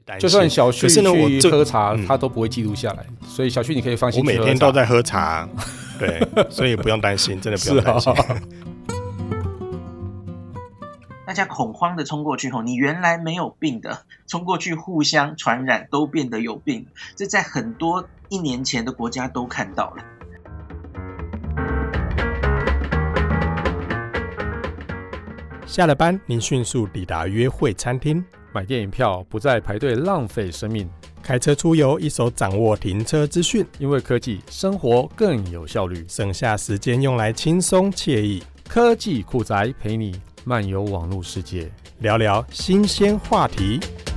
担心。 就算小旭去喝茶，他都不会记录下来，所以小旭你可以放心。 我每天都在喝茶，对，所以不用担心，真的不用担心。 大家恐慌的冲过去后，你原来没有病的，冲过去互相传染，都变得有病。这在很多1年前的国家都看到了。 下了班，您迅速抵达约会餐厅， 买电影票不再排队浪费生命， 开车出游一手掌握停车资讯， 因为科技生活更有效率， 省下时间用来轻松惬意。 科技酷宅陪你漫游网络世界， 聊聊新鲜话题。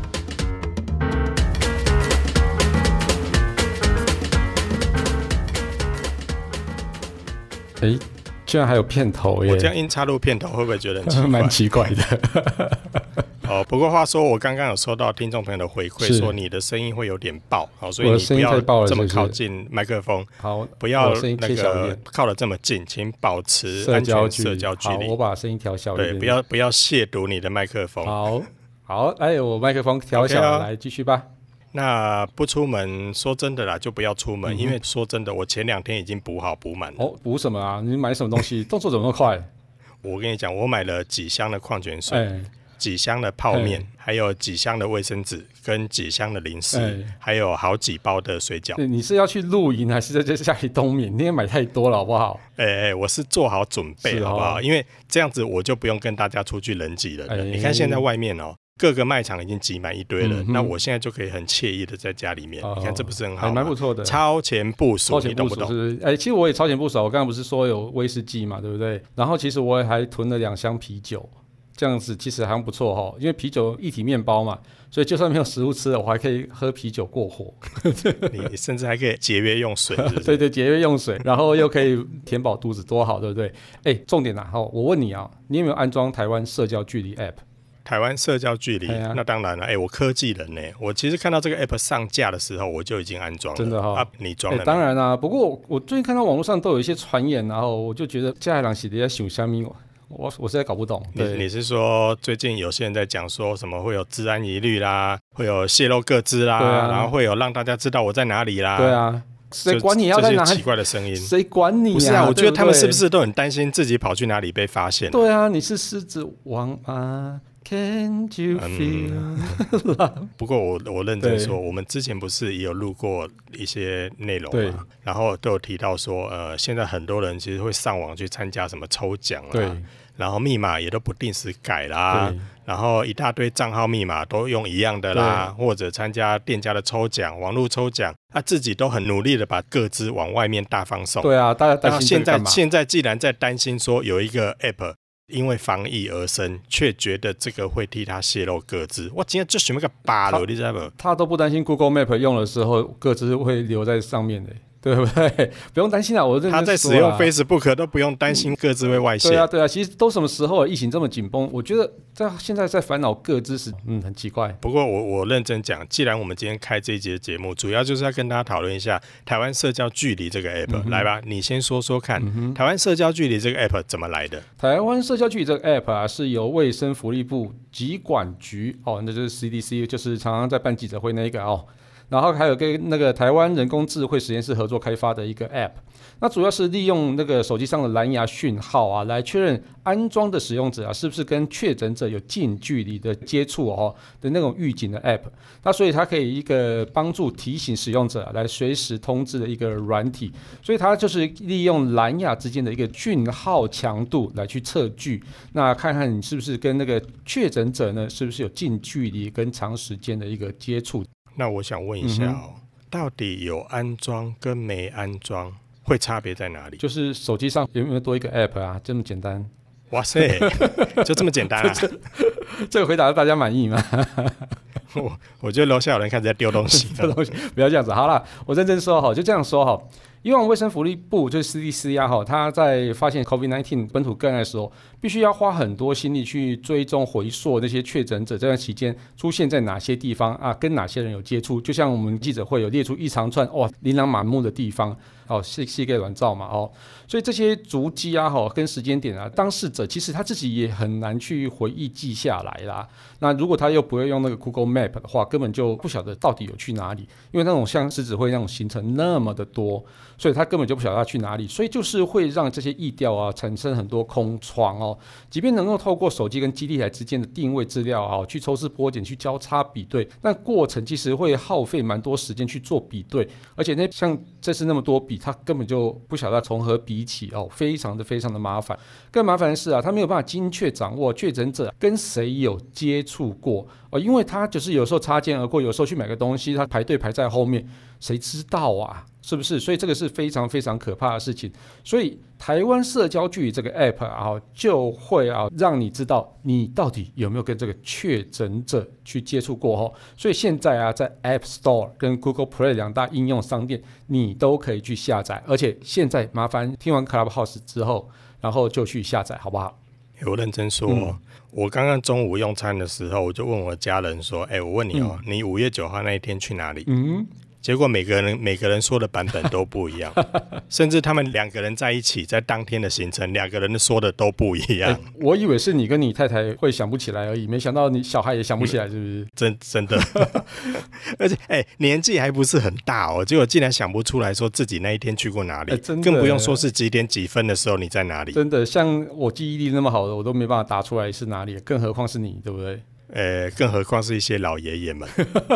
居然还有片头耶！ 我这样硬插入片头，会不会觉得很奇怪？ 蛮奇怪的。 不过话说，我刚刚有收到听众朋友的回馈，说你的声音会有点爆，所以你不要这么靠近麦克风， 好， 不要那个靠得这么近，请保持安全社交距离。 好，我把声音调小一点。 对，不要亵渎你的麦克风。 好，来，我麦克风调小了，来继续吧。 那不出门，说真的啦，就不要出门，因为说真的，我前2天已经补满了。 补什么啊？你买什么东西？动作怎么那么快？ 我跟你讲，我买了几箱的矿泉水，几箱的泡面，还有几箱的卫生纸，跟几箱的零食，还有好几包的水饺。 你是要去露营，还是在家里冬眠？你也买太多了，好不好？ 我是做好准备，好不好？因为这样子我就不用跟大家出去人挤人了。你看现在外面各个卖场已经挤满一堆了，那我现在就可以很惬意的在家里面。你看这不是很好吗？ 还蛮不错的， 超前部署，你懂不懂？ 其实我也超前部署。我刚刚不是说有威士忌嘛，对不对？然后其实我也还囤了2箱啤酒，这样子其实还不错哈。因为啤酒一体面包嘛，所以就算没有食物吃了，我还可以喝啤酒过火。 你甚至还可以节约用水，是不是？ 对，节约用水，然后又可以填饱肚子，多好，对不对？重点我问你啊，你有没有安装台湾社交距离 App？ 台湾社交距离，那当然了。我科技人呢，我其实看到这个 app 上架的时候，我就已经安装了。 真的你装了？ 当然啦。不过我最近看到网络上都有一些传言，然后我就觉得加海郎写的在想什么，我实在搞不懂。 你是说最近有些人在讲说什么会有治安疑虑啦，会有泄露个资啦，然后会有让大家知道我在哪里啦？ 对啊。谁管你要在哪里？ 这些奇怪的声音， 谁管你啊？ 不是啊，我觉得他们是不是都很担心自己跑去哪里被发现？ 对啊，你是狮子王啊 ，Can't you feel？ 不过我认真说，我们之前不是也有录过一些内容嘛，然后都有提到说，现在很多人其实会上网去参加什么抽奖啦，然后密码也都不定时改啦。然后一大堆账号密码都用一样的啦，或者参加店家的抽奖、网络抽奖，自己都很努力的把个资往外面大放送。 对啊，大家担心现在既然在担心说有一个 app 因为防疫而生，却觉得这个会替他泄露个资，我今天就选那个巴了，你知道不？ 他都不担心 Google Map 用的时候个资会留在上面的。对不对？不用担心啊，我认真说他在使用 Facebook 都不用担心个资会外泄。 对啊，其实都什么时候了，疫情这么紧绷，我觉得现在在烦恼个资时，很奇怪。 不过我认真讲，既然我们今天开这一节节目，主要就是要跟大家讨论一下台湾社交距离这个 app。来吧，你先说说看，台湾社交距离这个 app 怎么来的？ 台湾社交距离这个 app 是由卫生福利部疾管局那就是 CDC， 就是常常在办记者会那一个然后还有跟那个台湾人工智慧实验室合作开发的一个 App， 那主要是利用那个手机上的蓝牙讯号来确认安装的使用者是不是跟确诊者有近距离的接触的那种预警的 App， 那所以它可以一个帮助提醒使用者来随时通知的一个软体，所以它就是利用蓝牙之间的一个讯号强度来去测距，那看看你是不是跟那个确诊者呢是不是有近距离跟长时间的一个接触。 那我想问一下到底有安装跟没安装会差别在哪里？ 就是手机上有没有多一个 app 啊？这么简单。 哇塞，就这么简单啊？ 这个回答大家满意吗？ 我觉得楼下有人开始在丢东西不要这样子。好啦，我认真说就这样说以往卫生福利部就是 CDC 啊，他在发现 COVID-19 本土个案的时候，必须要花很多心力去追踪回溯那些确诊者这段期间出现在哪些地方啊，跟哪些人有接触。就像我们记者会有列出一长串琳琅满目的地方，细给软照嘛，所以这些足迹啊，跟时间点啊，当事者其实他自己也很难去回忆记下来啦。那如果他又不会用那个 Google Map 的话，根本就不晓得到底有去哪里，因为那种像狮子会那种行程那么的多，所以他根本就不晓得他去哪里，所以就是会让这些疫调啊产生很多空窗即便能够透过手机跟基地台之间的定位资料去抽丝剥茧去交叉比对，但过程其实会耗费蛮多时间去做比对，而且像这次那么多笔，他根本就不晓得从何比起非常的麻烦。更麻烦的是他没有办法精确掌握确诊者跟谁有接触过因为他就是有时候擦肩而过，有时候去买个东西，他排队排在后面，谁知道啊？是不是？所以这个是非常可怕的事情。所以台湾社交距离这个 app 就会让你知道你到底有没有跟这个确诊者去接触过所以现在在 App Store 跟 Google Play 两大应用商店你都可以去下载，而且现在麻烦听完 Clubhouse 之后，然后就去下载，好不好？ 我认真说我刚刚中午用餐的时候，我就问我家人说，我问你你5月9号那一天去哪里？结果每个人说的版本都不一样，甚至他们2个人在一起，在当天的行程，2个人说的都不一样。 我以为是你跟你太太会想不起来而已，没想到你小孩也想不起来，是不是？ 真的，而且年纪还不是很大结果竟然想不出来说自己那一天去过哪里，更不用说是几点几分的时候你在哪里。真的， 像我记忆力那么好的，我都没办法答出来是哪里，更何况是你，对不对？ 更何况是一些老爷爷们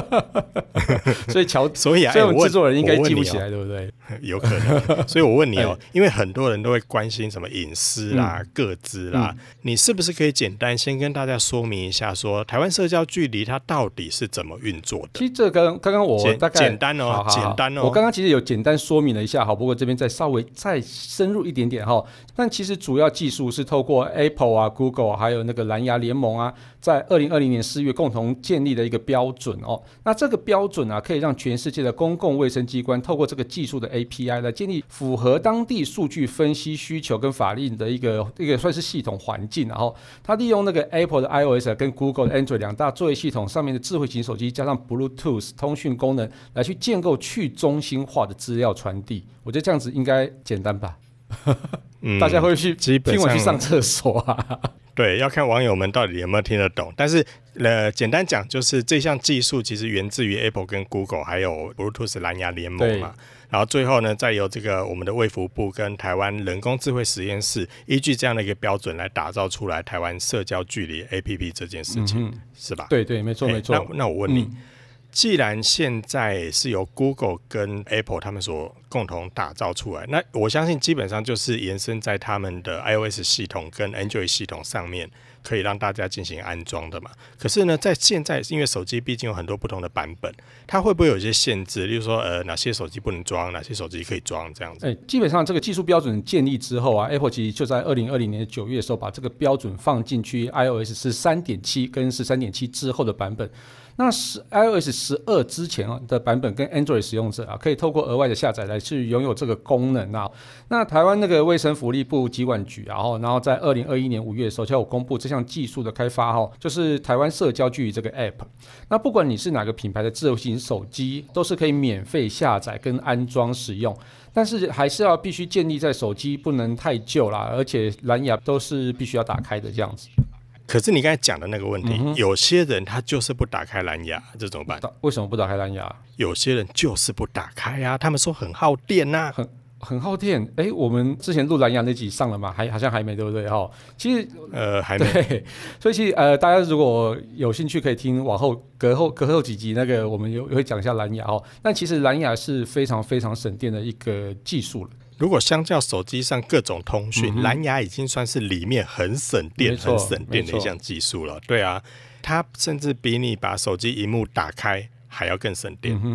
所以我们制作人应该记不起来，对不对？ 有可能。所以我问你因为很多人都会关心什么隐私啦、个资啦，你是不是可以简单先跟大家说明一下，说台湾社交距离它到底是怎么运作的？ 其实这刚刚我大概简单我刚刚其实有简单说明了一下，不过这边再稍微再深入一点点但其实主要技术是透过 Apple Google 还有那个蓝牙联盟在2020年4月共同建立的一个标准那这个标准可以让全世界的公共卫生机关透过这个技术的 API 来建立符合当地数据分析需求跟法令的一个算是系统环境。然后它利用那个 Apple 的 iOS 跟 Google 的 Android 两大作业系统上面的智慧型手机加上 Bluetooth 通讯功能来去建构去中心化的资料传递。我觉得这样子应该简单吧大家会去听我去上厕所对，要看网友们到底有没有听得懂。但是简单讲，就是这项技术其实源自于 Apple 跟 Google 还有 Bluetooth 蓝牙联盟嘛。然后最后呢，再由这个我们的卫福部跟台湾人工智慧实验室依据这样的一个标准来打造出来台湾社交距离 APP 这件事情，是吧？ 对，没错。 那我问你。既然现在是由 Google 跟 Apple 他们所共同打造出来，那我相信基本上就是延伸在他们的 iOS 系统跟 Android 系统上面，可以让大家进行安装的嘛。可是呢，在现在因为手机毕竟有很多不同的版本，它会不会有一些限制？例如说哪些手机不能装，哪些手机可以装这样子？ 基本上这个技术标准建立之后Apple 其实就在2020年9月的时候把这个标准放进去 iOS 13.7跟13.7之后的版本。那iOS 12之前的版本跟 Android 使用者可以透过额外的下载来去拥有这个功能那台湾那个卫生福利部疾管局然后在2021年5月的时候就有公布这项技术的开发就是台湾社交距离这个 App。那不管你是哪个品牌的智慧型手机，都是可以免费下载跟安装使用，但是还是要必须建立在手机不能太旧啦，而且蓝牙都是必须要打开的这样子。 可是你刚才讲的那个问题，有些人他就是不打开蓝牙，这怎么办？ 为什么不打开蓝牙？ 有些人就是不打开他们说很耗电很耗电。我们之前录蓝牙那集上了吗？好像还没，对不对？其实还没。 对，所以其实大家如果有兴趣可以听往后隔后几集那个我们也会讲一下蓝牙但其实蓝牙是非常省电的一个技术了。 如果相较手机上各种通讯，蓝牙已经算是里面很省电的一项技术了。对啊，它甚至比你把手机萤幕打开还要更省电。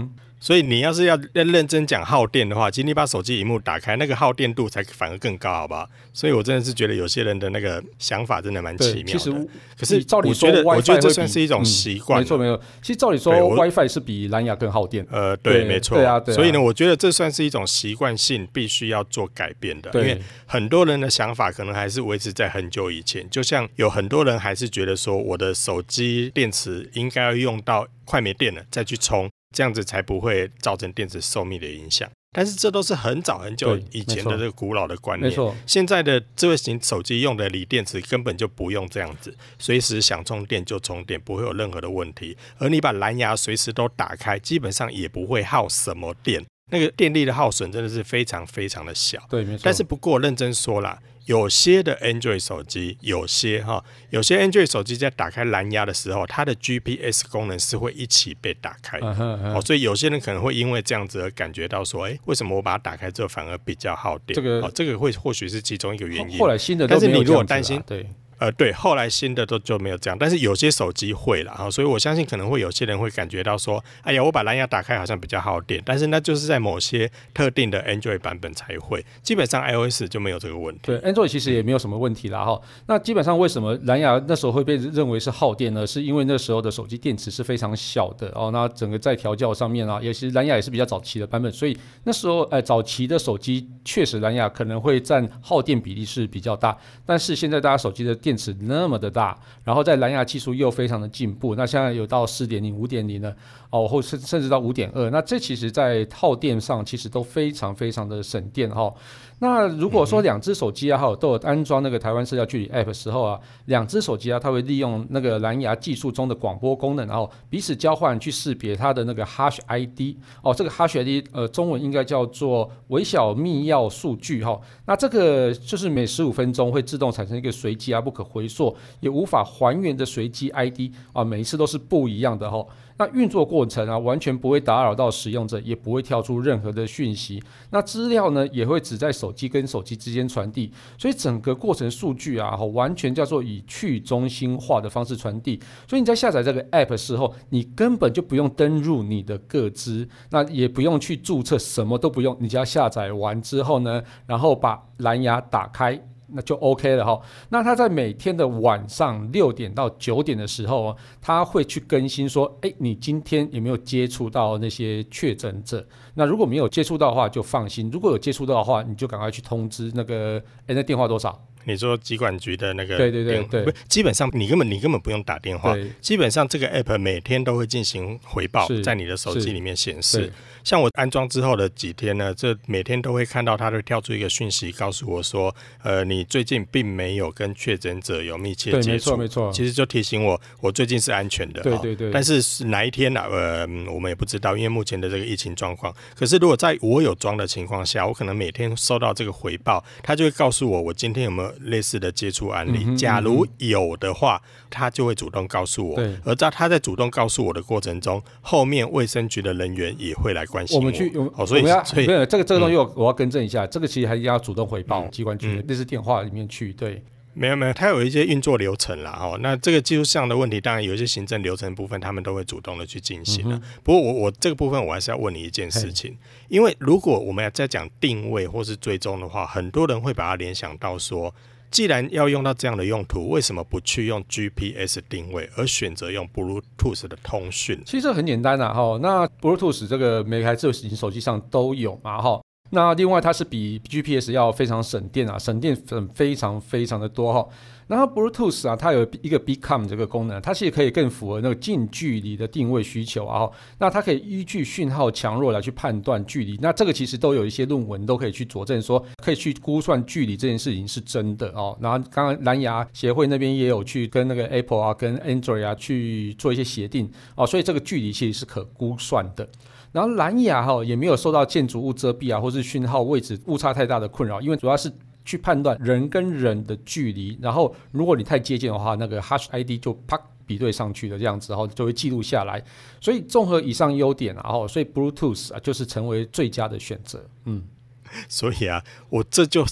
所以你要是要认真讲耗电的话，其实你把手机萤幕打开，那个耗电度才反而更高，好不好？所以我真的是觉得有些人的那个想法真的蛮奇妙的。 其实， 可是照理说我觉得这算是一种习惯。 没错没错。其实照理说 WiFi 是比蓝牙更耗电。 对，没错。 对啊。 所以呢，我觉得这算是一种习惯性必须要做改变的，因为很多人的想法可能还是维持在很久以前。就像有很多人还是觉得说，我的手机电池应该要用到快没电了再去充。这样子才不会造成电池寿命的影响，但是这都是很早很久以前的这个古老的观念。 没错， 现在的智慧型手机用的锂电池根本就不用这样子，随时想充电就充电，不会有任何的问题。而你把蓝牙随时都打开，基本上也不会耗什么电，那个电力的耗损真的是非常非常的小。 对，没错。 但是不过认真说啦。有些的 Android 手机，有些 Android 手机在打开蓝牙的时候，它的 GPS 功能是会一起被打开的。所以有些人可能会因为这样子而感觉到说，为什么我把它打开之后反而比较耗电？这个或许是其中一个原因。 后来新的都没有这样子啦，但是你如果担心， 对，后来新的就没有这样，但是有些手机会啦，所以我相信可能会有些人会感觉到说，哎呀，我把蓝牙打开好像比较耗电，但是那就是在某些特定的 Android 版本才会，基本上 iOS 就没有这个问题。 对 ，Android 其实也没有什么问题啦哈。那基本上为什么蓝牙那时候会被认为是耗电呢？是因为那时候的手机电池是非常小的哦，那整个在调教上面啊，也是蓝牙也是比较早期的版本，所以那时候早期的手机确实蓝牙可能会占耗电比例是比较大，但是现在大家手机的电池那么的大，然后在蓝牙技术又非常的进步，那现在有到 4.0、5.0 了哦，或甚至到 5.2， 那这其实在耗电上其实都非常非常的省电哈。那如果说两只手机啊，都有安装那个台湾社交距离 App 的时候啊，两只手机啊，它会利用那个蓝牙技术中的广播功能，然后彼此交换去识别它的那个 Hash ID 哦，这个 Hash ID 中文应该叫做微小密钥数据哈。那这个就是每15分钟会自动产生一个随机不可回溯也无法还原的随机 ID 啊，每一次都是不一样的哈。那运作过程啊，完全不会打扰到使用者，也不会跳出任何的讯息。那资料呢，也会只在手机跟手机之间传递，所以整个过程数据啊，完全叫做以去中心化的方式传递。所以你在下载这个 App 的时候，你根本就不用登入你的个资，那也不用去注册，什么都不用，你只要下载完之后呢，然后把蓝牙打开。那就 OK 了哈。那他在每天的晚上6点到9点的时候，他会去更新说，你今天有没有接触到那些确诊者？那如果没有接触到的话，就放心；如果有接触到的话，你就赶快去通知那个，那电话多少？ 你说疾管局的那个对， 基本上你根本不用打电话，基本上这个 app 每天都会进行回报，在你的手机里面显示。像我安装之后的几天呢，这每天都会看到它会跳出一个讯息，告诉我说，你最近并没有跟确诊者有密切接触， 没错， 其实就提醒我最近是安全的， 对。 但是哪一天呢？我们也不知道，因为目前的这个疫情状况。可是如果在我有装的情况下，我可能每天收到这个回报，它就会告诉我今天有没有类似的接触案例。假如有的话，他就会主动告诉我。而在他在主动告诉我的过程中，后面卫生局的人员也会来关心我。所以这个东西我要更正一下，这个其实还要主动回报机关局，类似电话里面去。对。 没有，它有一些运作流程啦，那这个技术上的问题，当然有一些行政流程部分，他们都会主动的去进行啦。不过我这个部分我还是要问你一件事情，因为如果我们要再讲定位或是追踪的话，很多人会把它联想到说，既然要用到这样的用途，为什么不去用 GPS 定位，而选择用 Bluetooth 的通讯？ 其实很简单啊，那 Bluetooth 这个每台智慧型手机上都有嘛，那另外它是比 GPS 要非常省电啊，省电非常非常的多哈。然后 Bluetooth 啊，它有一个 Beacon 这个功能，它其实可以更符合那个近距离的定位需求啊。那它可以依据讯号强弱来去判断距离。那这个其实都有一些论文都可以去佐证说，可以去估算距离这件事情是真的哦。然后刚刚蓝牙协会那边也有去跟那个 Apple 啊、跟 Android 啊去做一些协定哦，所以这个距离其实是可估算的。然后蓝牙也没有受到建筑物遮蔽啊，或是讯号位置误差太大的困扰，因为主要是去判断人跟人的距离，然后如果你太接近的话，那个 Hash ID 就啪比对上去的这样子，然后就会记录下来。所以综合以上优点啊，所以 Bluetooth 就是成为最佳的选择。 所以我这就是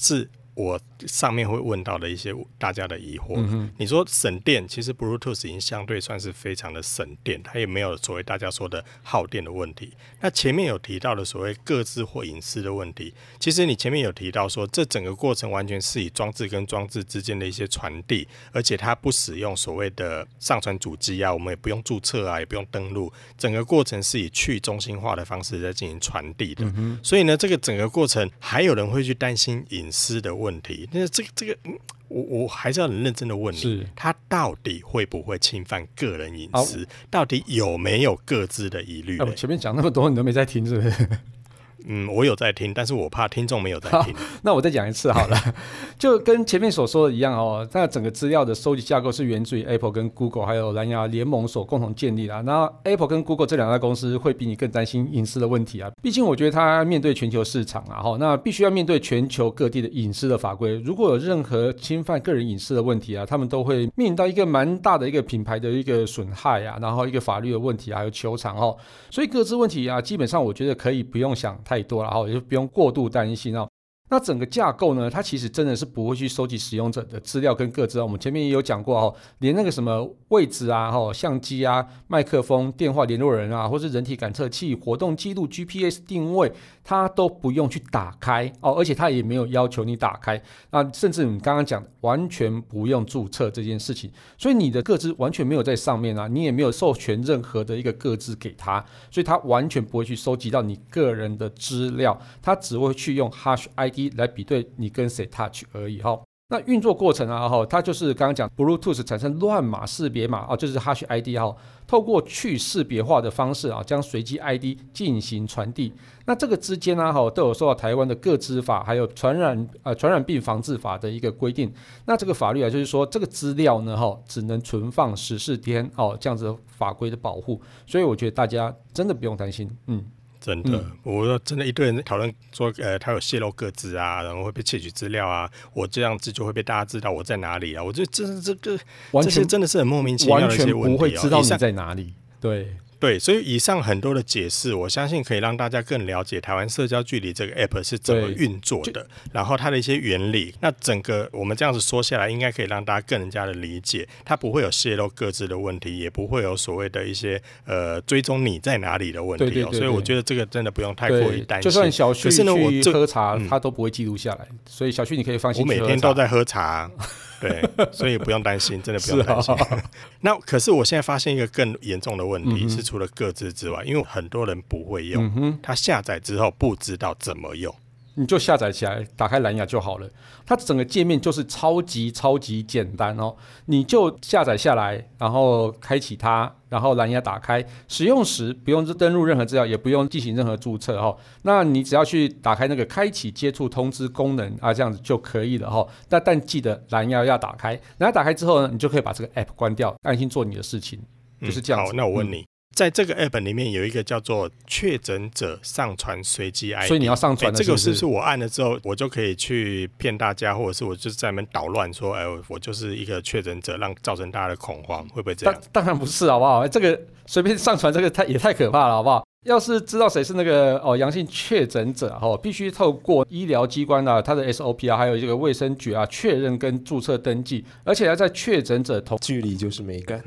我上面会问到的一些大家的疑惑。你说省电，其实 Bluetooth 已经相对算是非常的省电，它也没有所谓大家说的耗电的问题。那前面有提到的所谓个资或隐私的问题，其实你前面有提到说，这整个过程完全是以装置跟装置之间的一些传递，而且它不使用所谓的上传主机啊，我们也不用注册啊，也不用登录，整个过程是以去中心化的方式在进行传递的。所以呢，这个整个过程还有人会去担心隐私的问题。那这个我还是要很认真的问你，它到底会不会侵犯个人隐私？到底有没有个资的疑虑？ 我前面讲那么多，你都没在听，是不是？ 我有在听，但是我怕听众没有在听。 那我再讲一次好了，就跟前面所说的一样哦。那整个资料的收集架构是源自于 Apple 跟 Google 还有蓝牙联盟所共同建立的。那 Apple 跟 Google 这两家公司会比你更担心隐私的问题啊。毕竟我觉得它面对全球市场啊，那必须要面对全球各地的隐私的法规。如果有任何侵犯个人隐私的问题啊，他们都会面临到一个蛮大的一个品牌的一个损害啊，然后一个法律的问题还有求偿哦。所以个资问题啊，基本上我觉得可以不用想太多了，也就不用过度担心哦。那整个架构呢，它其实真的是不会去收集使用者的资料跟个资。我们前面也有讲过哦，连那个什么位置啊、相机啊、麦克风、电话联络人啊，或是人体感测器、活动记录、GPS 定位，它都不用去打开哦，而且它也没有要求你打开。那甚至你刚刚讲的，完全不用注册这件事情，所以你的个资完全没有在上面啊，你也没有授权任何的一个个资给他，所以他完全不会去收集到你个人的资料，他只会去用 Hash ID来比对你跟谁 touch 而已。那运作过程啊，它就是刚刚讲 Bluetooth 产生乱码识别码就是 Hash ID 透过去识别化的方式啊，将随机 ID 进行传递。那这个之间啊，都有受到台湾的个资法还有传染病防治法的一个规定。那这个法律啊，就是说这个资料呢，只能存放14天这样子的法规的保护。所以我觉得大家真的不用担心。 真的，我说真的，一堆人讨论说，他有泄露个资啊，然后会被窃取资料啊，我这样子就会被大家知道我在哪里啊。我觉得这些真的是很莫名其妙的一些问题， 完全不会知道你在哪里。 对，所以以上很多的解释，我相信可以让大家更了解台湾社交距离这个 App 是怎么运作的，然后它的一些原理。那整个我们这样子说下来，应该可以让大家更加的理解，它不会有泄露个资的问题，也不会有所谓的一些追踪你在哪里的问题。所以我觉得这个真的不用太过于担心。 就算小旭去喝茶，他都不会记录下来，所以小旭你可以放心。 我每天都在喝茶。对，所以不用担心，真的不用担心。那可是我现在发现一个更严重的问题，是除了个资之外，因为很多人不会用，他下载之后不知道怎么用。 你就下载起来，打开蓝牙就好了。它整个界面就是超级简单哦，你就下载下来，然后开启它，然后蓝牙打开，使用时不用登录任何资料，也不用进行任何注册哦。那你只要去打开那个开启接触通知功能啊，这样子就可以了哦。但记得蓝牙要打开，蓝牙打开之后呢，你就可以把这个 app 关掉，安心做你的事情，就是这样子。 好，那我问你。在这个 app 里面有一个叫做确诊者上传随机 ID， 所以你要上传的这个是不是我按了之后我就可以去骗大家，或者是我就是在那边捣乱说我就是一个确诊者，造成大家的恐慌，会不会这样？ 当然不是，好不好？这个随便上传这个也太可怕了，好不好？要是知道谁是那个阳性确诊者必须透过医疗机关啊，他的 SOP 啊，还有这个卫生局啊确认跟注册登记，而且要在确诊者距离就是美感。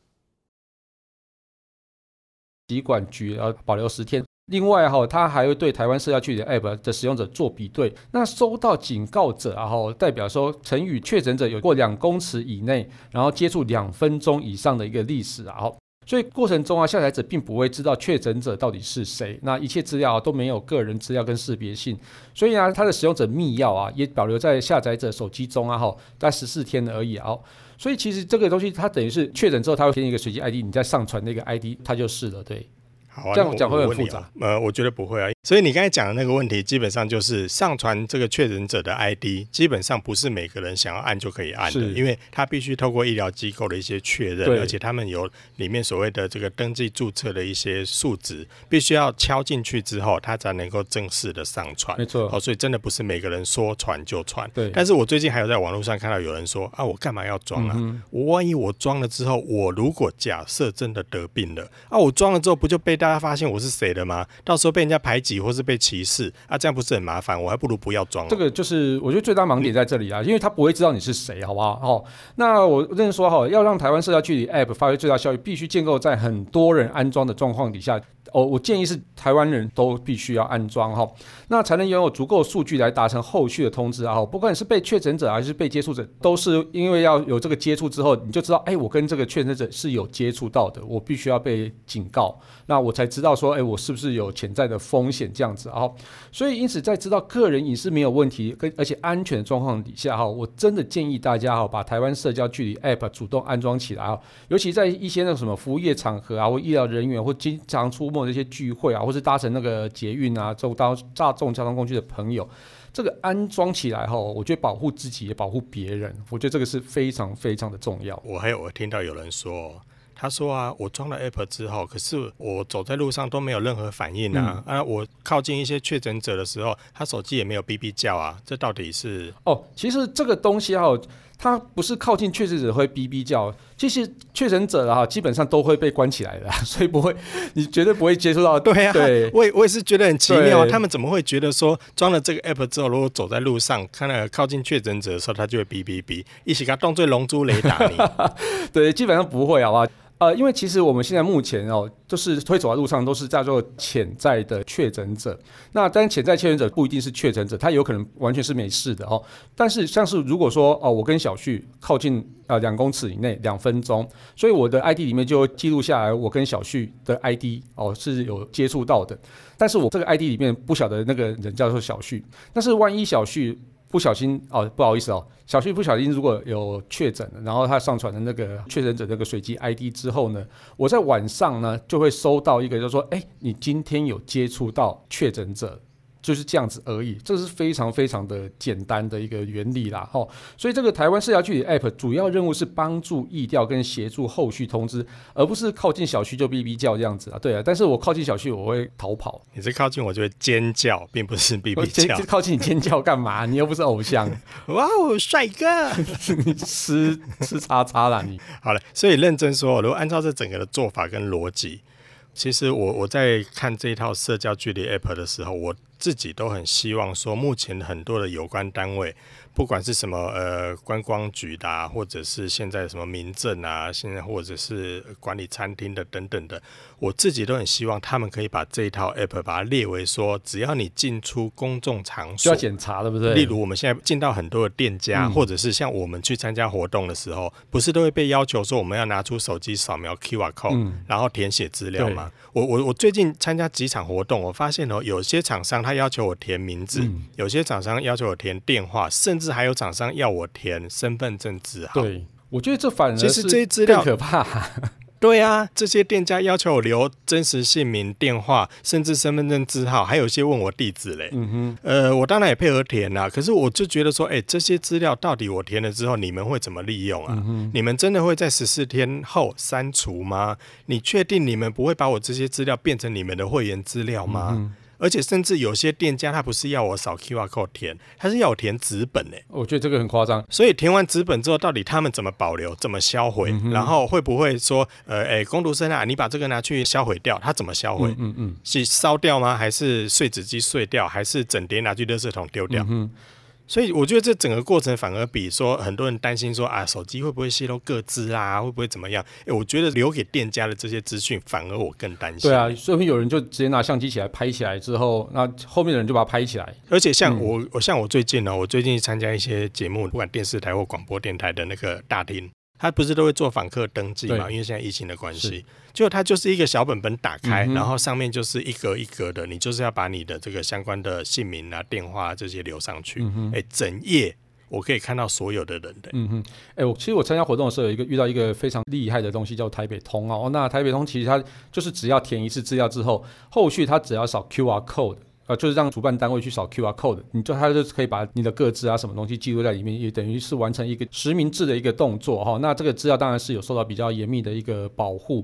疾管局保留10天。另外它还会对台湾社交距离的 App 的使用者做比对。那收到警告者代表说曾与确诊者有过2公尺以内，然后接触2分钟以上的一个历史所以过程中下载者并不会知道确诊者到底是谁，那一切资料都没有个人资料跟识别性，所以它的使用者密钥也保留在下载者手机中大概14天而已所以其实这个东西它等于是确诊之后，它会给你一个随机 ID， 你再上传那个 ID， 它就是了，对。 好啊， 这样讲会很复杂。 我觉得不会啊。所以你刚才讲的那个问题，基本上就是上传这个确诊者的 ID， 基本上不是每个人想要按就可以按的，因为他必须透过医疗机构的一些确认，而且他们有里面所谓的这个登记注册的一些数值，必须要敲进去之后，他才能够正式的上传。 没错。 所以真的不是每个人说传就传。 对。 但是我最近还有在网络上看到有人说我干嘛要装啊？我万一我装了之后，我如果假设真的得病了我装了之后不就被大大家发现我是谁了吗？到时候被人家排挤或是被歧视啊，这样不是很麻烦？我还不如不要装。 这个就是我觉得最大盲点在这里啊，因为他不会知道你是谁，好不好？那我认为说要让台湾社交距离 App 发挥最大效益，必须建构在很多人安装的状况底下。我建议是台湾人都必须要安装那才能拥有足够数据来达成后续的通知不管你是被确诊者还是被接触者，都是因为要有这个接触之后，你就知道我跟这个确诊者是有接触到的，我必须要被警告，那我才知道说我是不是有潜在的风险这样子所以因此在知道个人隐私没有问题而且安全的状况底下我真的建议大家把台湾社交距离 App 主动安装起来尤其在一些那什么服务业场合或医疗人员或经常出没这些聚会或是搭乘那个捷运大众交通工具的朋友，这个安装起来我觉得保护自己也保护别人，我觉得这个是非常非常的重要。 我听到有人说，他说我装了 App 之后，可是我走在路上都没有任何反应我靠近一些确诊者的时候，他手机也没有哔哔叫这到底是？ 其实这个东西它不是靠近确诊者会哔哔叫，其实确诊者基本上都会被关起来的所以不会，你绝对不会接触到。 对啊，对，我也是觉得很奇妙他们怎么会觉得说装了这个 App 之后，如果走在路上看到靠近确诊者的时候，他就会哔哔哔，一起给他当作龙珠雷达你对，基本上不会好不好？因为其实我们现在目前就是会走在路上都是叫做潜在的确诊者，那但潜在确诊者不一定是确诊者，他有可能完全是没事的但是像是如果说我跟小旭靠近2公尺以内2分钟，所以我的 ID 里面就会记录下来我跟小旭的 ID 是有接触到的，但是我这个 ID 里面不晓得那个人叫做小旭，但是万一小旭不小心不好意思小旭不小心如果有确诊，然后他上传的那个确诊者那个随机 ID 之后呢，我在晚上呢就会收到一个就说你今天有接触到确诊者，就是这样子而已，这是非常非常的简单的一个原理啦所以这个台湾社交距离 App 主要任务是帮助疫调跟协助后续通知，而不是靠近小旭就哔哔叫这样子对但是我靠近小旭我会逃跑， 你是靠近我就会尖叫，并不是哔哔叫。 靠近你尖叫干嘛？你又不是偶像哇帅哥你吃叉叉啦你。 好了，所以认真说，如果按照这整个的做法跟逻辑，其实我在看这一套社交距离 App 的时候，我自己都很希望说，目前很多的有关单位，不管是什么观光局的或者是现在什么民政现在或者是管理餐厅的等等的，我自己都很希望他们可以把这一套 App 把它列为说，只要你进出公众场所需要检查，对不对？ 例如我们现在进到很多的店家，或者是像我们去参加活动的时候，不是都会被要求说我们要拿出手机扫描 QR code，然后填写资料吗？我最近参加几场活动，我发现有些厂商他要求我填名字，有些厂商要求我填电话，甚至还有厂商要我填身份证字号。 对，我觉得这反而其实这些资料更可怕对啊，这些店家要求我留真实姓名、电话，甚至身份证字号，还有一些问我地址嘞。我当然也配合填啦，可是我就觉得说，这些资料到底我填了之后，你们会怎么利用啊？你们真的会在14天后删除吗？你确定你们不会把我这些资料变成你们的会员资料吗？而且甚至有些店家他不是要我扫 QR code 填，他是要我填纸本我觉得这个很夸张。 所以填完纸本之后，到底他们怎么保留、怎么销毁？然后会不会说，工读生你把这个拿去销毁掉，他怎么销毁？是烧掉吗？还是碎纸机碎掉？还是整叠拿去垃圾桶丢掉？所以我觉得这整个过程反而比说很多人担心说手机会不会泄露个资会不会怎么样？我觉得留给店家的这些资讯，反而我更担心。 对啊，所以有人就直接拿相机起来拍起来之后，那后面的人就把它拍起来。 而且像我最近我最近参加一些节目，不管电视台或广播电台的那个大厅，他不是都会做访客登记嘛？因为现在疫情的关系，就它就是一个小本本打开，然后上面就是一格一格的，你就是要把你的这个相关的姓名电话这些留上去。整页我可以看到所有的人的。 其实我参加活动的时候遇到一个非常厉害的东西，叫台北通那台北通其实它就是只要填一次资料之后，后续它只要扫 QR code。就是让主办单位去扫 QR code， 他就可以把你的个资什么东西记录在里面，也等于是完成一个实名制的一个动作那这个资料当然是有受到比较严密的一个保护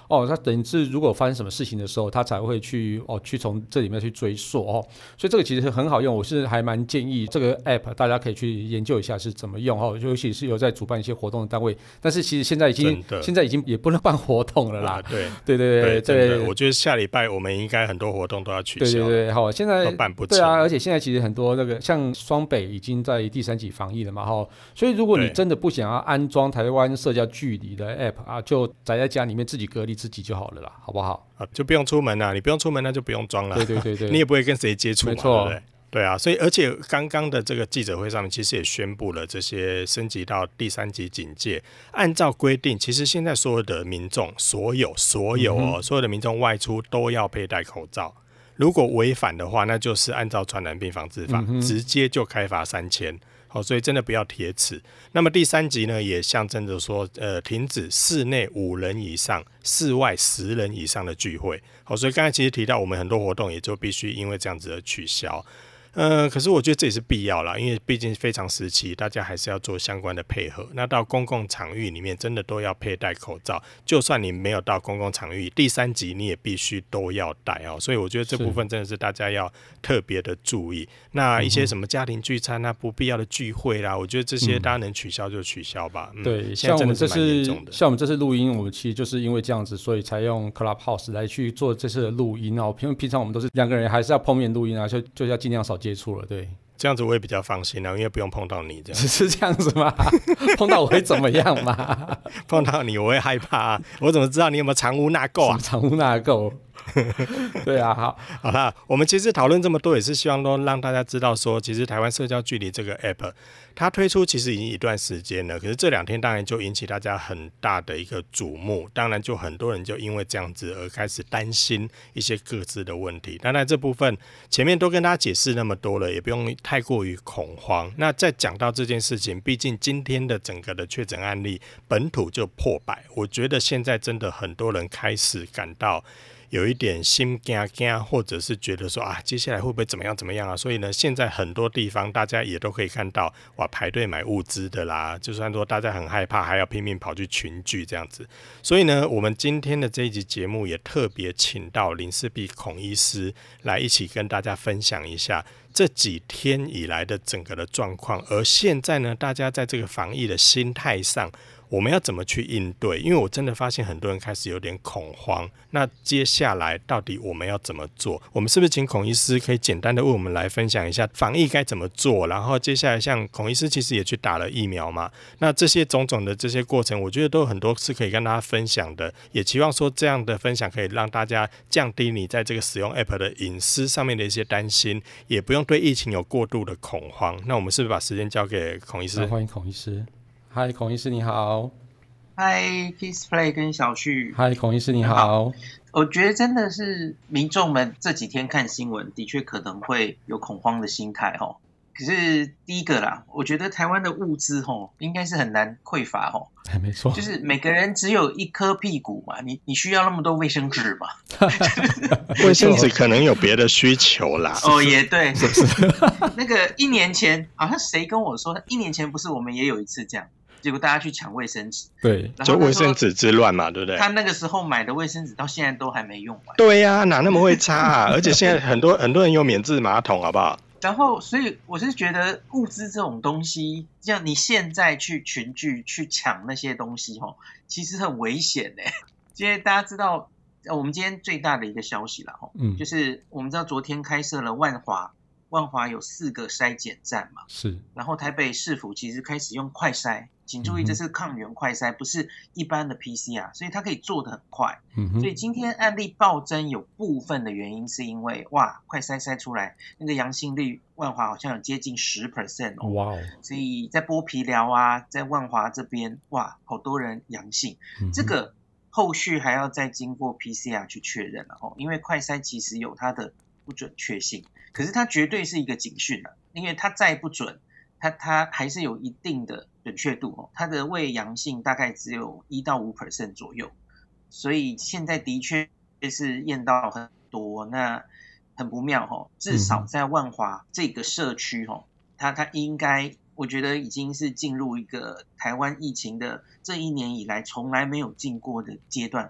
他等于是如果发生什么事情的时候，他才会去从这里面去追溯所以这个其实很好用，我是还蛮建议这个 app 大家可以去研究一下是怎么用尤其是有在主办一些活动的单位，但是其实现在已经也不能办活动了啦。 对，我觉得下礼拜我们应该很多活动都要取消。 对，好，现在都办不成。 对啊，而且现在其实很多那个像双北已经在第3级防疫了嘛所以如果你真的不想要安装台湾社交距离的 app 就宅在家里面自己隔离自己就好了啦，好不好？ 就不用出门啦，你不用出门那就不用装了。 对， 你也不会跟谁接触嘛， 没错， 对不对？对啊，所以而且刚刚的这个记者会上面其实也宣布了这些升级到第3级警戒，按照规定其实现在所有的民众所有的民众外出都要佩戴口罩，如果违反的话那就是按照传染病防治法直接就开罚3000。所以真的不要铁齿。那么第3级呢，也象征着说，停止室内5人以上、室外10人以上的聚会。所以刚才其实提到，我们很多活动也就必须因为这样子而取消。可是我觉得这也是必要啦，因为毕竟非常时期，大家还是要做相关的配合。那到公共场域里面，真的都要佩戴口罩。就算你没有到公共场域，第3级你也必须都要戴所以我觉得这部分真的是大家要特别的注意。那一些什么家庭聚餐不必要的聚会啦，我觉得这些大家能取消就取消吧。 对， 现在真的是蛮严重的。 像我们这次录音，我们其实就是因为这样子，所以才用 Clubhouse 来去做这次的录音因为平常我们都是2个人还是要碰面录音就要尽量少接触了。对， 这样子我也比较放心因为不用碰到你这样。 是这样子吗？碰到我会怎么样吗？ 碰到你我会害怕我怎么知道你有没有藏污纳垢藏污纳垢对啊， 好啦，我们其实讨论这么多也是希望都让大家知道说，其实台湾社交距离这个 app 它推出其实已经一段时间了，可是这2天当然就引起大家很大的一个瞩目，当然就很多人就因为这样子而开始担心一些各自的问题。当然这部分前面都跟大家解释那么多了，也不用太过于恐慌。那再讲到这件事情，毕竟今天的整个的确诊案例本土就破100，我觉得现在真的很多人开始感到有一点心惊惊，或者是觉得说接下来会不会怎么样所以呢，现在很多地方大家也都可以看到排队买物资的啦，就算说大家很害怕，还要拼命跑去群聚这样子。所以呢，我们今天的这一集节目也特别请到林氏璧孔医师来一起跟大家分享一下这几天以来的整个的状况，而现在呢，大家在这个防疫的心态上我们要怎么去应对？因为我真的发现很多人开始有点恐慌。那接下来到底我们要怎么做？我们是不是请孔医师可以简单的为我们来分享一下防疫该怎么做？然后接下来像孔医师其实也去打了疫苗嘛，那这些种种的这些过程，我觉得都有很多是可以跟大家分享的。也期望说这样的分享可以让大家降低你在这个使用 app 的隐私上面的一些担心，也不用对疫情有过度的恐慌。那我们是不是把时间交给孔医师？ 欢迎孔医师。嗨，孔医师你好。 嗨 Kissplay 跟小旭。 嗨，孔医师你好。 我觉得真的是民众们这几天看新闻的确可能会有恐慌的心态可是第一个啦，我觉得台湾的物资应该是很难匮乏没错， 就是每个人只有一颗屁股嘛，你需要那么多卫生纸嘛？ 卫生纸可能有别的需求啦。 也对，那个1年前好像谁跟我说，1年前不是我们也有一次这样，结果大家去抢卫生纸， 对， 就卫生纸之乱嘛，对不对？ 他那个时候买的卫生纸到现在都还没用完。 对呀，哪那么会擦而且现在很多人有免治马桶，好不好？ 然后，所以我是觉得物资这种东西，像你现在去群聚去抢那些东西其实很危险因为大家知道，我们今天最大的一个消息啦就是我们知道昨天开设了万华有4个筛检站嘛， 是。 然后台北市府其实开始用快筛，请注意这是抗原快筛，不是一般的 PCR， 所以它可以做得很快。所以今天案例暴增有部分的原因是因为快筛出来那个阳性率，万华好像有接近 10% 哇哦！ 所以在剥皮寮在万华这边好多人阳性，这个后续还要再经过 PCR 去确认因为快筛其实有它的不准确性，可是它绝对是一个警讯因为它再不准，它还是有一定的准确度它的伪阳性大概只有1到5% 左右，所以现在的确是验到很多，那很不妙至少在万华这个社区它应该我觉得已经是进入一个台湾疫情的这1年以来从来没有进过的阶段，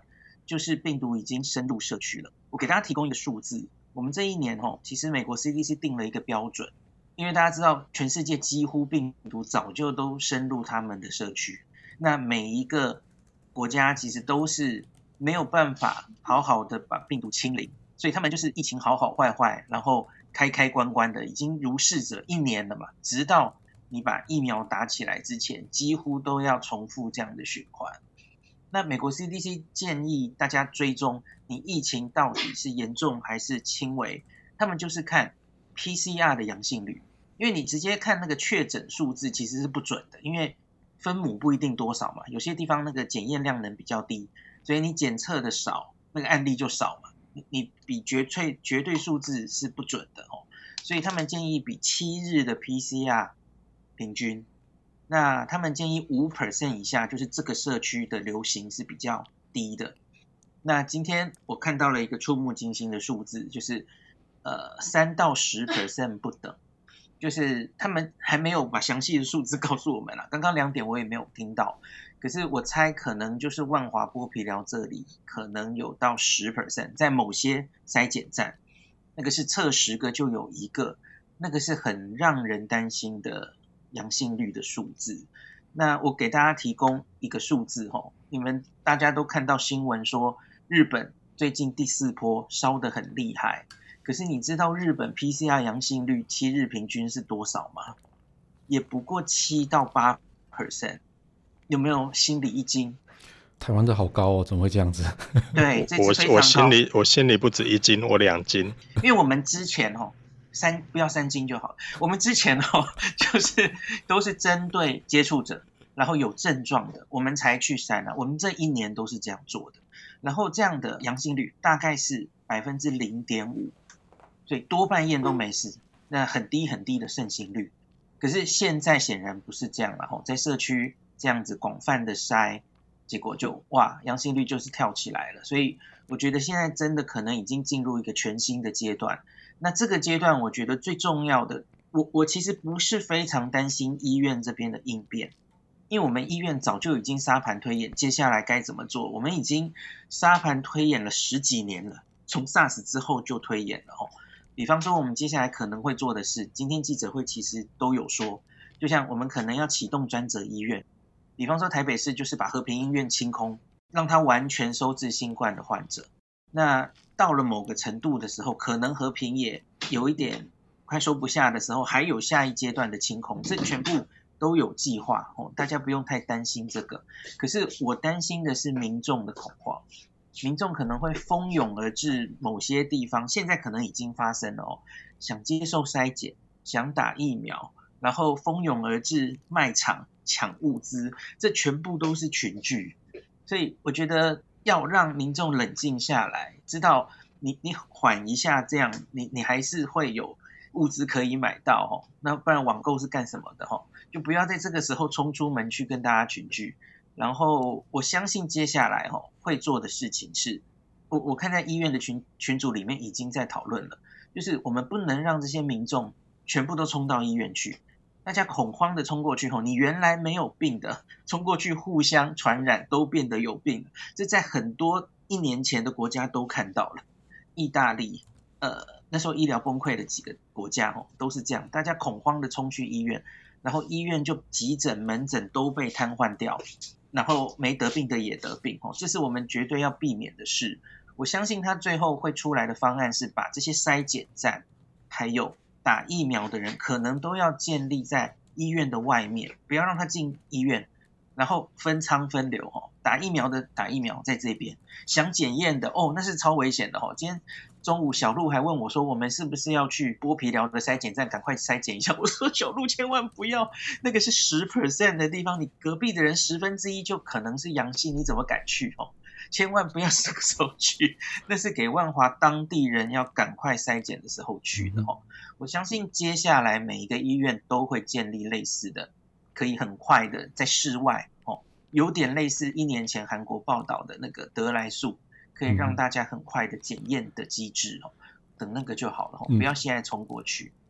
就是病毒已经深入社区了。我给大家提供一个数字，我们这一年其实美国 CDC 定了一个标准，因为大家知道全世界几乎病毒早就都深入他们的社区，那每一个国家其实都是没有办法好好的把病毒清零，所以他们就是疫情好好坏坏，然后开开关关的，已经如是者1年了嘛，直到你把疫苗打起来之前，几乎都要重复这样的循环。那美国 CDC 建议大家追踪你疫情到底是严重还是轻微，他们就是看 PCR 的阳性率，因为你直接看那个确诊数字其实是不准的，因为分母不一定多少嘛，有些地方那个检验量能比较低，所以你检测的少，那个案例就少嘛，你比绝对数字是不准的所以他们建议比7日的 PCR 平均，那他们建议 5% 以下，就是这个社区的流行是比较低的。那今天我看到了一个触目惊心的数字，就是3到10% 不等，就是他们还没有把详细的数字告诉我们啦。刚刚2点我也没有听到，可是我猜可能就是万华剥皮寮这里可能有到 10%， 在某些筛检站，那个是测10个就有1个，那个是很让人担心的阳性率的数字。那我给大家提供一个数字你们大家都看到新闻说日本最近第4波烧得很厉害，可是你知道日本 PCR 阳性率7日平均是多少吗？也不过7到8%， 有没有心里一惊？ 台湾的好高哦，怎么会这样子？ 对，这次非常高。 我心里不止1斤，我2斤。 因为我们之前不要3斤就好了。我们之前就是都是针对接触者，然后有症状的，我们才去筛我们这1年都是这样做的。然后这样的阳性率大概是 0.5%， 所以多半验都没事，那很低很低的盛行率。可是现在显然不是这样了在社区这样子广泛的筛，结果就阳性率就是跳起来了。所以我觉得现在真的可能已经进入一个全新的阶段。那这个阶段我觉得最重要的，我其实不是非常担心医院这边的应变，因为我们医院早就已经沙盘推演接下来该怎么做，我们已经沙盘推演了10几年了，从 SARS 之后就推演了比方说我们接下来可能会做的事，今天记者会其实都有说，就像我们可能要启动专责医院，比方说台北市就是把和平医院清空，让它完全收治新冠的患者。那到了某个程度的时候，可能和平也有一点快收不下的时候，还有下一阶段的清空，这全部都有计划大家不用太担心这个。可是我担心的是民众的恐慌，民众可能会蜂拥而至某些地方，现在可能已经发生了想接受筛检，想打疫苗，然后蜂拥而至卖场抢物资，这全部都是群聚。所以我觉得要让民众冷静下来，知道你缓一下，这样你还是会有物资可以买到那不然网购是干什么的就不要在这个时候冲出门去跟大家群聚。然后我相信接下来会做的事情是，我看在医院的群组里面已经在讨论了，就是我们不能让这些民众全部都冲到医院去，大家恐慌的冲过去你原来没有病的冲过去互相传染，都变得有病。这在很多1年前的国家都看到了，意大利那时候医疗崩溃的几个国家都是这样，大家恐慌的冲去医院，然后医院就急诊门诊都被瘫痪掉，然后没得病的也得病这是我们绝对要避免的事。我相信他最后会出来的方案是把这些筛检站还有打疫苗的人可能都要建立在医院的外面，不要让他进医院，然后分仓分流打疫苗的打疫苗在这边，想检验的那是超危险的今天中午小鹿还问我说，我们是不是要去剥皮寮的筛检站赶快筛检一下？我说小鹿千万不要，那个是 10% 的地方，你隔壁的人1/10就可能是阳性，你怎么敢去千万不要这个时候去，那是给万华当地人要赶快筛检的时候去的我相信接下来每一个医院都会建立类似的，可以很快的在室外有点类似1年前韩国报道的那个得来速，可以让大家很快的检验的机制等那个就好了不要现在冲过去。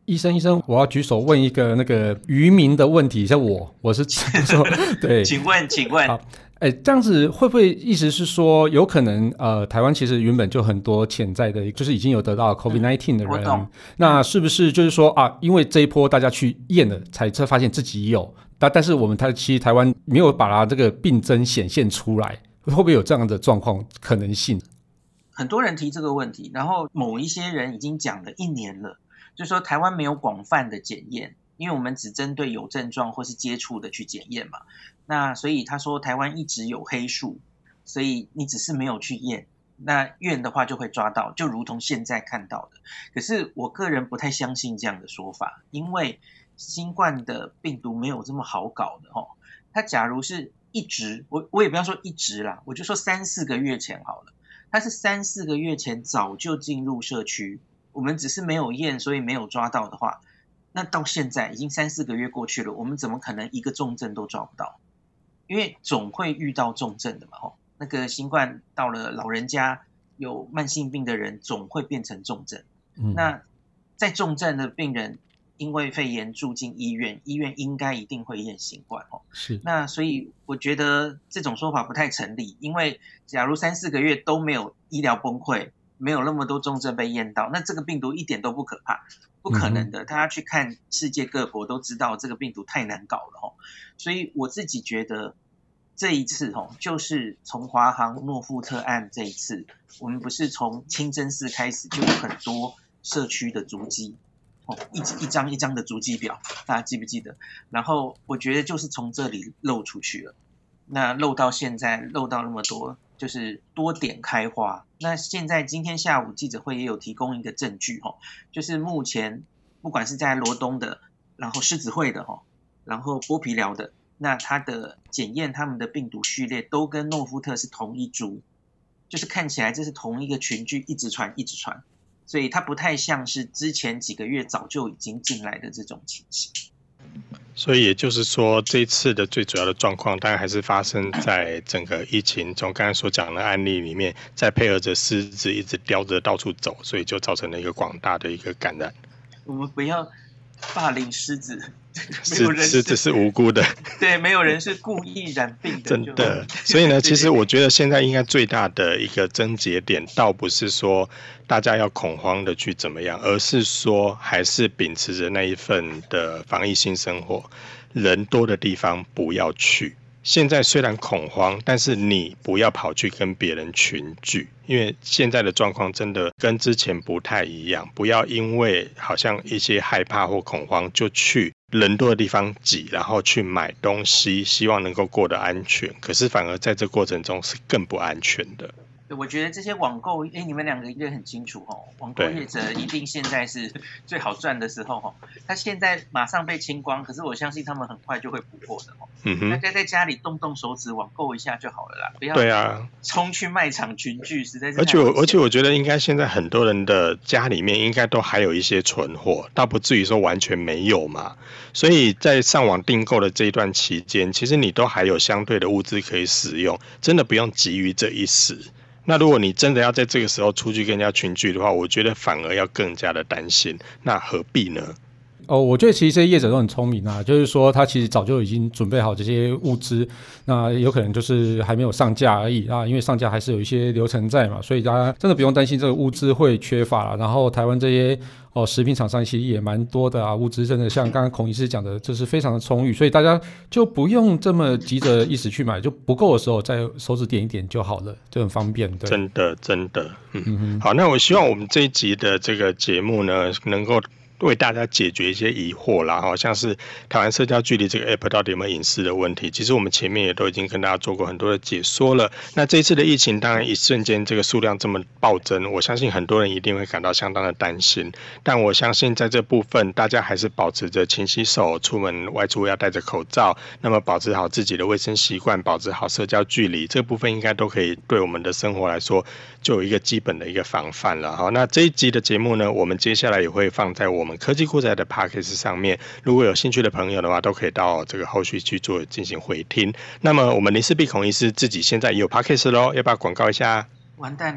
医生，我要举手问一个那个渔民的问题，像我是说，对， 请问， 好，这样子会不会意思是说，有可能台湾其实原本就很多潜在的，就是已经有得到 COVID-19 的人，那是不是就是说啊，因为这一波大家去验了，才发现自己有，但是我们其实台湾没有把它这个病症显现出来，会不会有这样的状况可能性？ 很多人提这个问题，然后某一些人已经讲了1年了，就是说台湾没有广泛的检验，因为我们只针对有症状或是接触的去检验嘛。那所以他说台湾一直有黑数，所以你只是没有去验，那验的话就会抓到，就如同现在看到的。可是我个人不太相信这样的说法，因为新冠的病毒没有这么好搞的齁。它假如是一直，我也不要说一直啦，我就说3-4个月前好了。它是3-4个月前早就进入社区，我们只是没有验，所以没有抓到的话，那到现在已经3-4个月过去了，我们怎么可能一个重症都抓不到？因为总会遇到重症的嘛，那个新冠到了老人家有慢性病的人总会变成重症。那在重症的病人因为肺炎住进医院应该一定会验新冠是。 那所以我觉得这种说法不太成立，因为假如3-4个月都没有医疗崩溃，没有那么多重症被验到，那这个病毒一点都不可怕，不可能的。大家去看世界各国都知道这个病毒太难搞了所以我自己觉得这一次就是从华航诺富特案这一次，我们不是从清真寺开始就有很多社区的足迹一张一张的足迹表，大家记不记得？然后我觉得就是从这里漏出去了，那漏到现在漏到那么多，就是多点开花。那现在今天下午记者会也有提供一个证据就是目前不管是在罗东的，然后狮子会的然后剥皮寮的，那它的检验他们的病毒序列都跟诺夫特是同一株，就是看起来这是同一个群聚一直传，所以它不太像是之前几个月早就已经进来的这种情形。 所以也就是说，这一次的最主要的状况当然还是发生在整个疫情从刚才所讲的案例里面，再配合着狮子一直叼着到处走，所以就造成了一个广大的一个感染。 我们不要霸凌狮子， 狮子是无辜的， 对，没有人是故意染病的， 真的。所以呢，其实我觉得现在应该最大的一个症结点，倒不是说大家要恐慌的去怎么样，而是说还是秉持着那一份的防疫新生活，人多的地方不要去。现在虽然恐慌，但是你不要跑去跟别人群聚，因为现在的状况真的跟之前不太一样。不要因为好像一些害怕或恐慌就去人多的地方挤，然后去买东西，希望能够过得安全，可是反而在这过程中是更不安全的。 我觉得这些网购，你们两个应该很清楚网购业者一定现在是最好赚的时候他现在马上被清光，可是我相信他们很快就会补货的大家在家里动手指网购一下就好了啦，不要冲去卖场群聚，实在是太危险。 而且我觉得应该现在很多人的家里面应该都还有一些存货，倒不至于说完全没有嘛。所以在上网订购的这一段期间，其实你都还有相对的物资可以使用，真的不用急于这一时。那如果你真的要在这个时候出去跟人家群聚的话，我觉得反而要更加的担心，那何必呢？ 我觉得其实这些业者都很聪明啊，就是说他其实早就已经准备好这些物资，那有可能就是还没有上架而已啊，因为上架还是有一些流程在嘛，所以大家真的不用担心这个物资会缺乏啦。然后台湾这些食品厂商其实也蛮多的啊，物资真的像刚刚孔医师讲的，就是非常的充裕，所以大家就不用这么急着一时去买，就不够的时候再手指点一点就好了，就很方便。对， 真的，好，那我希望我们这一集的这个节目呢，能够为大家解决一些疑惑啦，好像是台湾社交距离这个 app 到底有没有隐私的问题，其实我们前面也都已经跟大家做过很多的解说了。那这一次的疫情当然一瞬间这个数量这么暴增，我相信很多人一定会感到相当的担心，但我相信在这部分大家还是保持着勤洗手，出门外出要戴着口罩，那么保持好自己的卫生习惯，保持好社交距离，这部分应该都可以对我们的生活来说就有一个基本的一个防范了。好，那这一集的节目呢，我们接下来也会放在我们科技酷宅的 Podcast 上面，如果有兴趣的朋友的话，都可以到这个后续去做进行回听。那么我们林氏璧孔医师自己现在也有 Podcast 咯，要不要广告一下？ 完蛋了，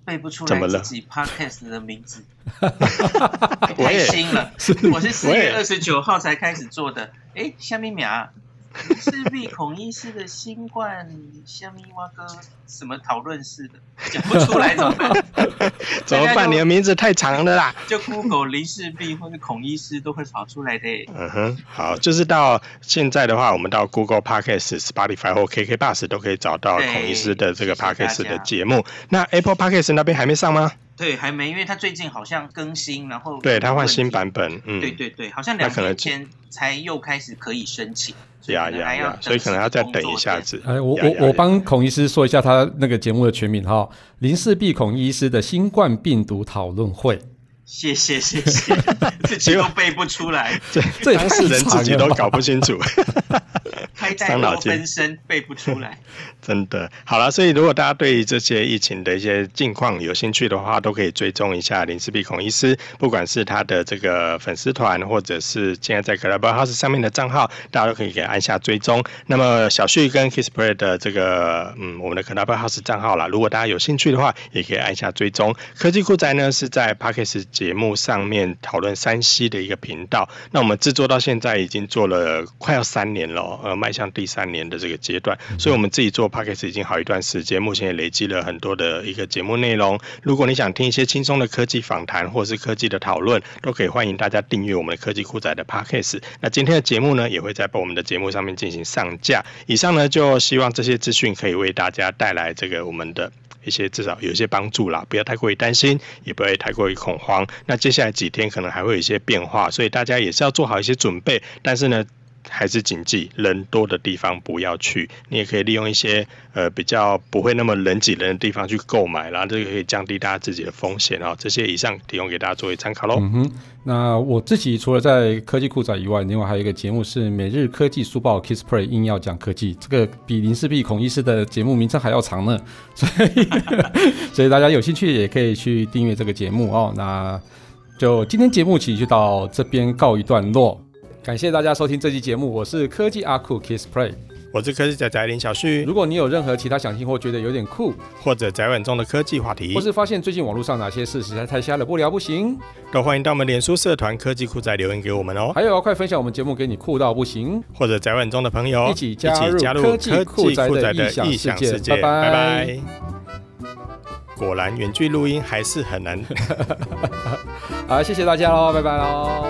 背不出来自己 podcast 的名字，太新了。我是4月29号才开始做的。虾米名？是必孔医师的新冠虾米蛙哥什么讨论式的，讲不出来怎么办？ 怎么办？你的名字太长了啦！ 就 Google 林氏璧或者孔医师都会跑出来的。 好，就是到现在的话，我们到 Google Podcast、Spotify 或 KKBOX 都可以找到孔医师的这个 Podcast 的节目。那 Apple Podcast 那边还没上吗？ 对，还没，因为他最近好像更新，然后对他换新版本， 对，好像2天前才又开始可以申请，所以可能要再等一下子。 我帮孔医师说一下他那个节目的全名哈，林氏璧孔医师的新冠病毒讨论会。 谢谢，自己都背不出来， 当事人自己都搞不清楚。 开袋多分身背不出来， 真的。好了，所以如果大家对这些疫情的一些近况有兴趣的话，都可以追踪一下林氏璧孔医师，不管是他的这个粉丝团，或者是现在在 Clubhouse 上面的账号，大家都可以给按下追踪。那么小旭跟 Kissplay 的这个我们的 Clubhouse 账号啦，如果大家有兴趣的话，也可以按下追踪。科技酷宅呢是在 Podcast 节目上面讨论3C 的一个频道，那我们制作到现在已经做了快要3年了，迈向第3年的这个阶段，所以我们自己做 Podcast 已经好一段时间，目前也累积了很多的一个节目内容。如果你想听一些轻松的科技访谈或是科技的讨论，都可以欢迎大家订阅我们的科技酷宅的 Podcast。那今天的节目呢，也会在我们的节目上面进行上架。以上呢，就希望这些资讯可以为大家带来这个我们的至少有一些帮助啦，不要太过于担心，也不会太过于恐慌。那接下来几天可能还会有一些变化，所以大家也是要做好一些准备。但是呢，还是谨记人多的地方不要去。你也可以利用一些比较不会那么人挤人的地方去购买，然后这个可以降低大家自己的风险哦。这些以上提供给大家作为参考咯。 那我自己除了在科技酷宅以外，另外还有一个节目是每日科技书报 Kissplay 硬要讲科技，这个比林氏璧孔医师的节目名称还要长呢，所以大家有兴趣也可以去订阅这个节目哦。那就今天节目其实就到这边告一段落，感谢大家收听这期节目，我是科技阿酷 Kissplay， 我是科技仔仔林小旭。 如果你有任何其他想听或觉得有点酷， 或者宅稳中的科技话题， 或是发现最近网络上哪些事实在太瞎了不聊不行， 都欢迎到我们脸书社团科技酷宅留言给我们哦。 还有快分享我们节目给你酷到不行， 或者宅稳中的朋友一起加入科技酷宅的异想世界。拜拜。 果然远距录音还是很难。 好，谢谢大家咯，拜拜咯。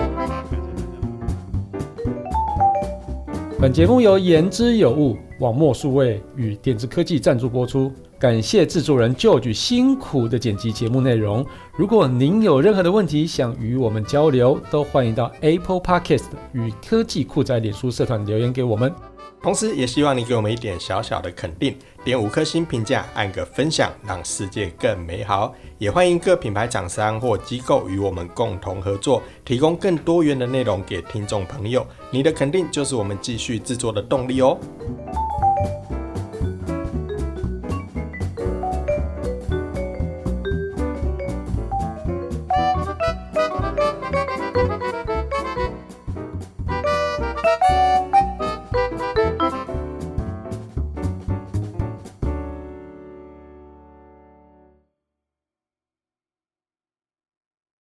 本节目由言之有物、网墨数位与点子科技赞助播出，感谢制作人 George 辛苦的剪辑节目内容。如果您有任何的问题想与我们交流，都欢迎到 Apple Podcast 与科技酷宅脸书社团留言给我们。 同时也希望你给我们一点小小的肯定，点5颗星评价，按个分享，让世界更美好。也欢迎各品牌厂商或机构与我们共同合作，提供更多元的内容给听众朋友。你的肯定就是我们继续制作的动力哦。